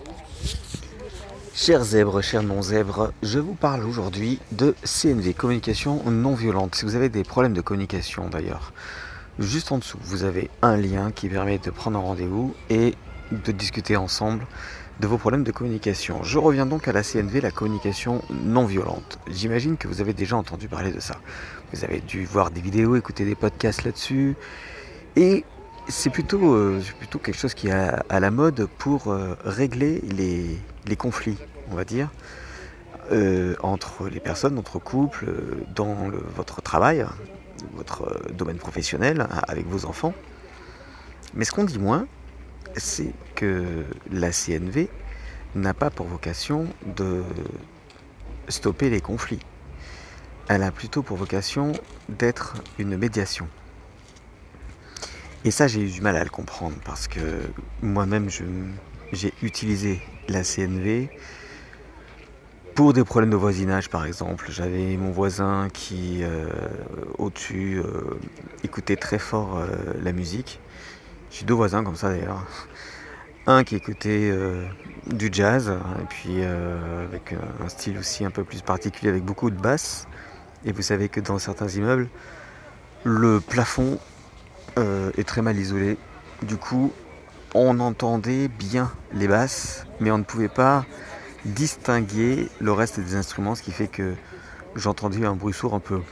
Chers zèbres, chers non-zèbres, je vous parle aujourd'hui de CNV, communication non violente. Si vous avez des problèmes de communication d'ailleurs, juste en dessous, vous avez un lien qui permet de prendre un rendez-vous et de discuter ensemble de vos problèmes de communication. Je reviens donc à la CNV, la communication non violente. J'imagine que vous avez déjà entendu parler de ça. Vous avez dû voir des vidéos, écouter des podcasts là-dessus. Et c'est plutôt quelque chose qui est à la mode pour régler les conflits, on va dire, entre les personnes, entre couples, dans votre travail, votre domaine professionnel, avec vos enfants. Mais ce qu'on dit moins, c'est que la CNV n'a pas pour vocation de stopper les conflits. Elle a plutôt pour vocation d'être une médiation. Et ça, j'ai eu du mal à le comprendre parce que moi-même, j'ai utilisé la CNV pour des problèmes de voisinage, par exemple. J'avais mon voisin qui, au-dessus, écoutait très fort la musique. J'ai deux voisins comme ça d'ailleurs. Un qui écoutait du jazz, et puis avec un style aussi un peu plus particulier, avec beaucoup de basses. Et vous savez que dans certains immeubles, le plafond est très mal isolé. Du coup, on entendait bien les basses, mais on ne pouvait pas distinguer le reste des instruments, ce qui fait que j'entendais un bruit sourd un peu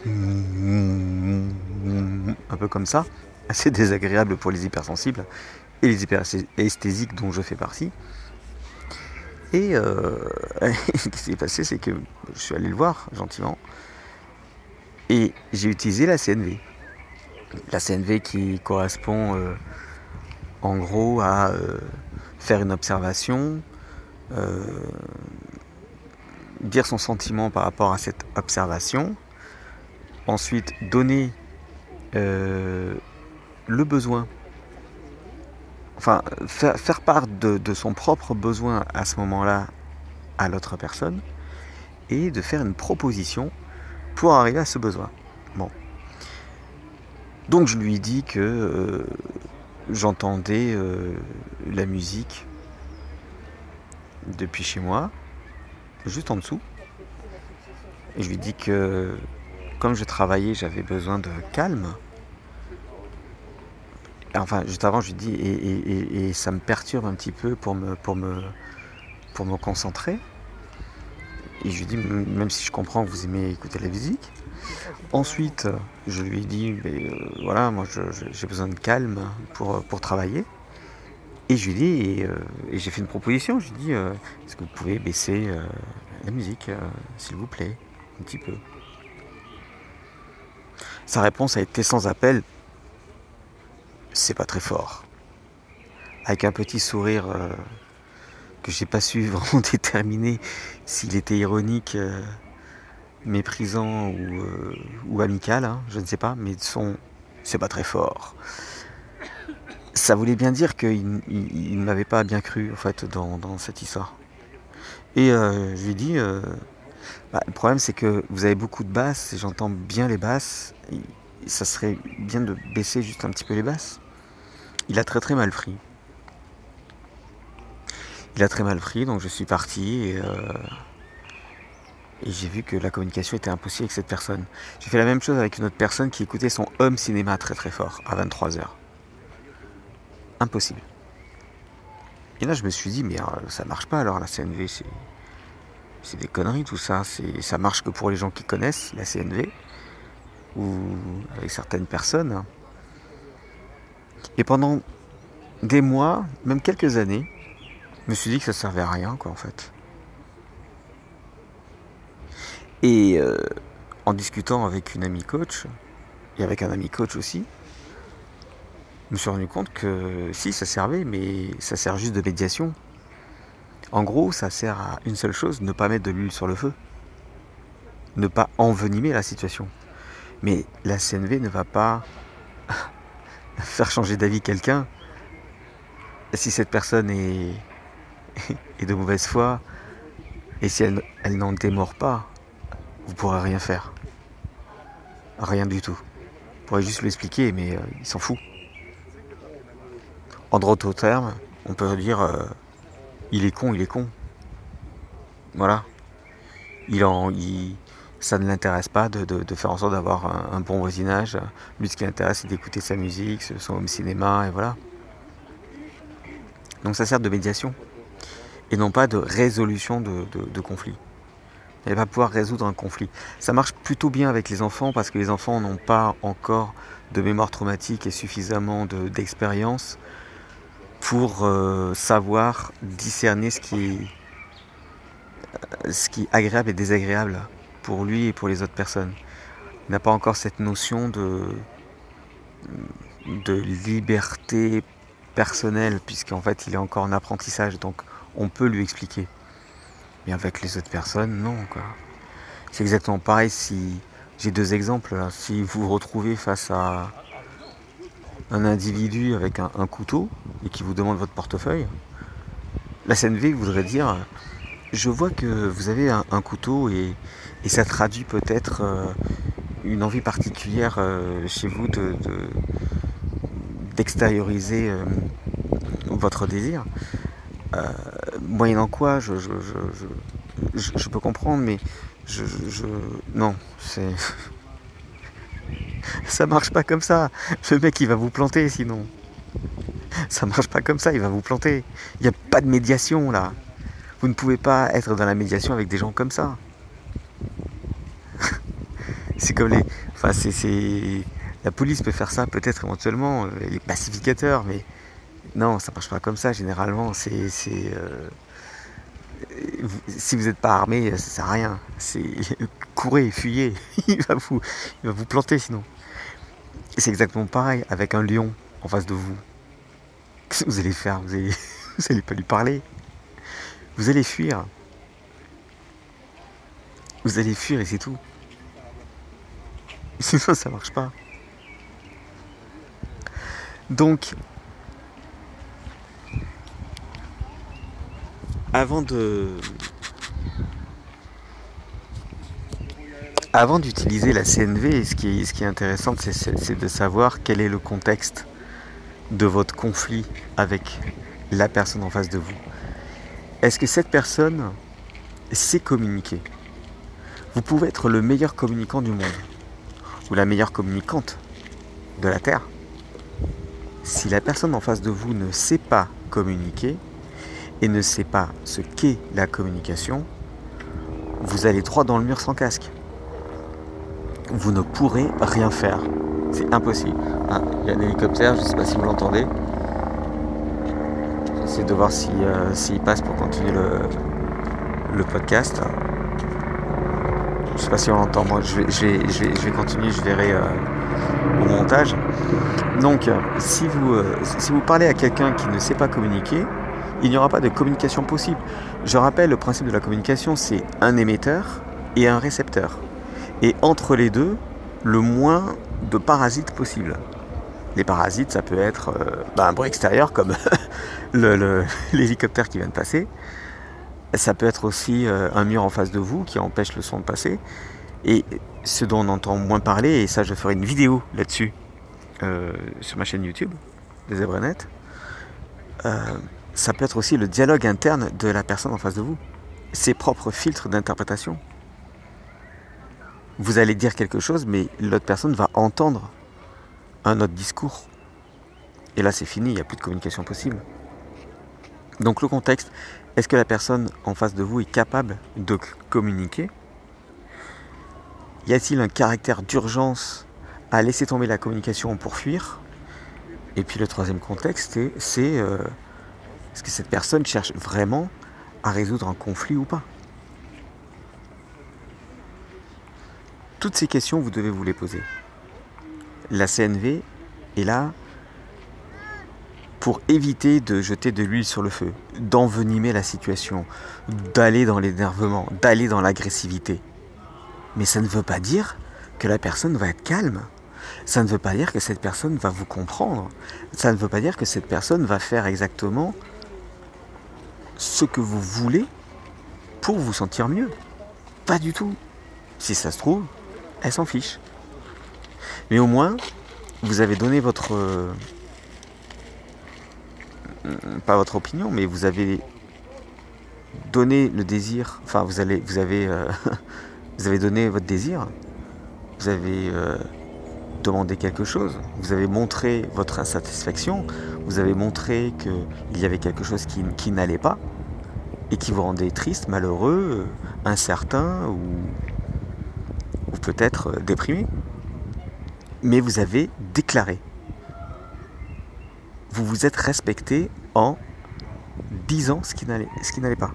comme ça, assez désagréable pour les hypersensibles et les hyperesthésiques dont je fais partie. Et ce qui s'est passé, c'est que je suis allé le voir gentiment et j'ai utilisé la CNV. La CNV qui correspond en gros à faire une observation, dire son sentiment par rapport à cette observation, ensuite donner le besoin, enfin faire part de son propre besoin à ce moment-là à l'autre personne et de faire une proposition pour arriver à ce besoin. Bon. Donc je lui ai dit que j'entendais la musique depuis chez moi, juste en dessous. Et je lui ai dit que comme je travaillais, j'avais besoin de calme. Enfin, juste avant, je lui ai dit et ça me perturbe un petit peu pour me concentrer. Et je lui ai dit, même si je comprends que vous aimez écouter la musique. Ensuite, je lui ai dit, voilà, moi j'ai besoin de calme pour travailler. Et je lui ai dit, et j'ai fait une proposition, je lui ai dit, est-ce que vous pouvez baisser la musique, s'il vous plaît, un petit peu. Sa réponse a été sans appel, c'est pas très fort. Avec un petit sourire que j'ai pas su vraiment déterminer s'il était ironique, méprisant ou amical, hein, je ne sais pas, mais c'est pas très fort. Ça voulait bien dire qu'il ne m'avait pas bien cru en fait dans cette histoire. Et je lui ai dit, le problème c'est que vous avez beaucoup de basses et j'entends bien les basses. Et ça serait bien de baisser juste un petit peu les basses. Il a très très mal pris. Donc je suis parti et j'ai vu que la communication était impossible avec cette personne. J'ai fait la même chose avec une autre personne qui écoutait son home cinéma très très fort à 23h. Impossible. Et là je me suis dit, mais ça marche pas alors la CNV, c'est des conneries tout ça. Ça marche que pour les gens qui connaissent la CNV ou avec certaines personnes. Et pendant des mois, même quelques années, je me suis dit que ça servait à rien quoi en fait. Et en discutant avec une amie coach, et avec un ami coach aussi, je me suis rendu compte que si, ça servait, mais ça sert juste de médiation. En gros, ça sert à une seule chose, ne pas mettre de l'huile sur le feu. Ne pas envenimer la situation. Mais la CNV ne va pas faire changer d'avis quelqu'un si cette personne est de mauvaise foi et si elle n'en démord pas. Vous ne pourrez rien faire. Rien du tout. Vous pourrez juste lui expliquer, mais il s'en fout. En d'autres termes, on peut dire Il est con, il est con. Voilà. Ça ne l'intéresse pas de faire en sorte d'avoir un bon voisinage. Lui, ce qui l'intéresse, c'est d'écouter sa musique, son home cinéma, et voilà. Donc ça sert de médiation, et non pas de résolution de conflits. Elle va pouvoir résoudre un conflit. Ça marche plutôt bien avec les enfants, parce que les enfants n'ont pas encore de mémoire traumatique et suffisamment d'expérience pour savoir discerner ce qui est agréable et désagréable pour lui et pour les autres personnes. Il n'a pas encore cette notion de liberté personnelle, puisqu'en fait il est encore en apprentissage, donc on peut lui expliquer. Mais avec les autres personnes, non, quoi. C'est exactement pareil. Si j'ai deux exemples là. Si vous vous retrouvez face à un individu avec un couteau et qui vous demande votre portefeuille, la CNV voudrait dire: je vois que vous avez un couteau, et ça traduit peut-être une envie particulière chez vous d'extérioriser votre désir. Moyennant quoi je peux comprendre, mais non, c'est ça marche pas comme ça. Le mec il va vous planter sinon. Ça marche pas comme ça, il va vous planter. Il n'y a pas de médiation là. Vous ne pouvez pas être dans la médiation avec des gens comme ça. C'est comme les... Enfin, la police peut faire ça peut-être éventuellement, les pacificateurs, mais non, ça marche pas comme ça généralement. Si vous n'êtes pas armé, ça sert à rien. Courez, fuyez. il va vous planter sinon. Et c'est exactement pareil avec un lion en face de vous. Qu'est-ce que vous allez faire? Vous allez pas lui parler. Vous allez fuir. Vous allez fuir et c'est tout. Sinon ça marche pas. Donc, avant d'utiliser la CNV, ce qui est intéressant, c'est de savoir quel est le contexte de votre conflit avec la personne en face de vous. Est-ce que cette personne sait communiquer? Vous pouvez être le meilleur communicant du monde, ou la meilleure communicante de la Terre. Si la personne en face de vous ne sait pas communiquer et ne sait pas ce qu'est la communication, vous allez droit dans le mur sans casque. Vous ne pourrez rien faire. C'est impossible. Ah, il y a un hélicoptère, je ne sais pas si vous l'entendez. J'essaie de voir s'il passe pour continuer le podcast. Je ne sais pas si on l'entend. Moi, je vais continuer, je verrai au montage. Donc, si vous parlez à quelqu'un qui ne sait pas communiquer, il n'y aura pas de communication possible. Je rappelle, le principe de la communication, c'est un émetteur et un récepteur. Et entre les deux, le moins de parasites possible. Les parasites, ça peut être un bruit extérieur comme l'hélicoptère qui vient de passer. Ça peut être aussi un mur en face de vous qui empêche le son de passer. Et ce dont on entend moins parler, et ça je ferai une vidéo là-dessus sur ma chaîne YouTube, des Zèbrenettes, ça peut être aussi le dialogue interne de la personne en face de vous. Ses propres filtres d'interprétation. Vous allez dire quelque chose, mais l'autre personne va entendre un autre discours. Et là, c'est fini, il n'y a plus de communication possible. Donc le contexte, est-ce que la personne en face de vous est capable de communiquer? Y a-t-il un caractère d'urgence à laisser tomber la communication pour fuir? Et puis le troisième contexte, c'est est-ce que cette personne cherche vraiment à résoudre un conflit ou pas? Toutes ces questions, vous devez vous les poser. La CNV est là pour éviter de jeter de l'huile sur le feu, d'envenimer la situation, d'aller dans l'énervement, d'aller dans l'agressivité. Mais ça ne veut pas dire que la personne va être calme. Ça ne veut pas dire que cette personne va vous comprendre. Ça ne veut pas dire que cette personne va faire exactement ce que vous voulez pour vous sentir mieux. Pas du tout. Si ça se trouve, elle s'en fiche. Mais au moins, vous avez donné pas votre opinion, mais vous avez donné le désir, enfin vous avez vous avez donné votre désir, vous avez demandé quelque chose, vous avez montré votre insatisfaction, vous avez montré qu'il y avait quelque chose qui n'allait pas et qui vous rendait triste, malheureux, incertain ou peut-être déprimé. Mais vous avez déclaré. Vous vous êtes respecté en disant ce qui n'allait pas.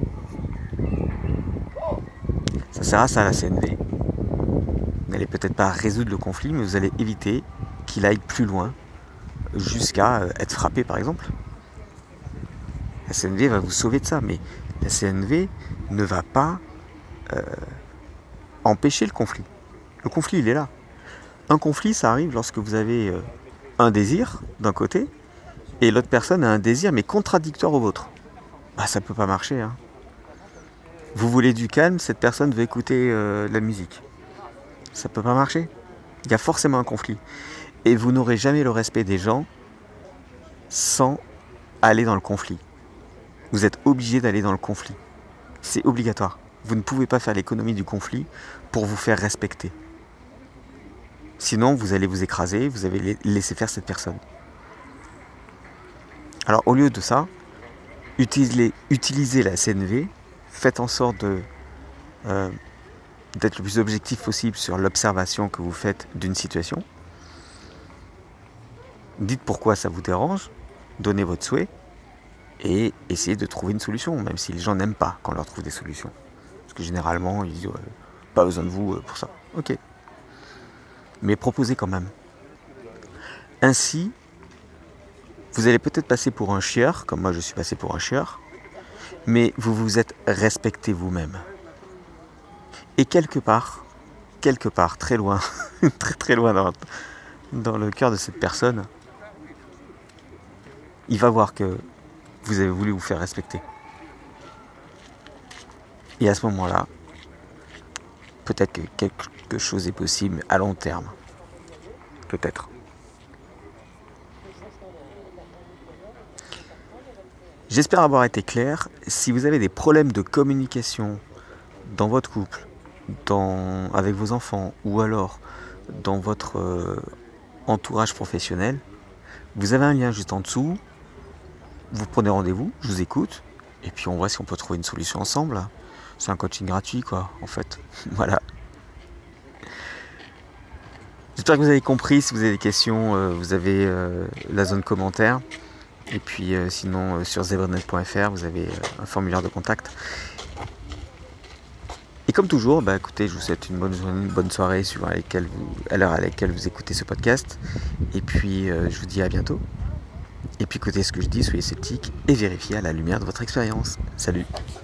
Ça sert à ça la CNV. Vous n'allez peut-être pas résoudre le conflit, mais vous allez éviter qu'il aille plus loin, jusqu'à être frappé par exemple. La CNV va vous sauver de ça, mais la CNV ne va pas empêcher le conflit. Le conflit, il est là. Un conflit, ça arrive lorsque vous avez un désir d'un côté, et l'autre personne a un désir, mais contradictoire au vôtre. Bah, ça peut pas marcher. Hein. Vous voulez du calme, cette personne veut écouter de la musique. Ça peut pas marcher. Il y a forcément un conflit. Et vous n'aurez jamais le respect des gens sans aller dans le conflit. Vous êtes obligé d'aller dans le conflit. C'est obligatoire. Vous ne pouvez pas faire l'économie du conflit pour vous faire respecter. Sinon, vous allez vous écraser, vous allez laisser faire cette personne. Alors, au lieu de ça, utilisez la CNV, faites en sorte d'être le plus objectif possible sur l'observation que vous faites d'une situation. Dites pourquoi ça vous dérange, donnez votre souhait et essayez de trouver une solution, même si les gens n'aiment pas quand on leur trouve des solutions. Parce que généralement, ils disent pas besoin de vous pour ça. Ok. Mais proposez quand même. Ainsi, vous allez peut-être passer pour un chieur, comme moi je suis passé pour un chieur, mais vous vous êtes respecté vous-même. Et quelque part, très loin, très loin dans le cœur de cette personne, il va voir que vous avez voulu vous faire respecter. Et à ce moment-là, peut-être que quelque chose est possible à long terme. Peut-être. J'espère avoir été clair. Si vous avez des problèmes de communication dans votre couple, avec vos enfants ou alors dans votre entourage professionnel, vous avez un lien juste en dessous. Vous prenez rendez-vous, je vous écoute et puis on voit si on peut trouver une solution ensemble. C'est un coaching gratuit quoi, en fait. Voilà. J'espère que vous avez compris. Si vous avez des questions, vous avez la zone commentaire. Et puis sinon sur zebranet.fr vous avez un formulaire de contact. Et comme toujours, écoutez, je vous souhaite une bonne journée, une bonne soirée suivant à l'heure à laquelle vous écoutez ce podcast. Et puis je vous dis à bientôt. Et puis écoutez ce que je dis, soyez sceptiques et vérifiez à la lumière de votre expérience. Salut!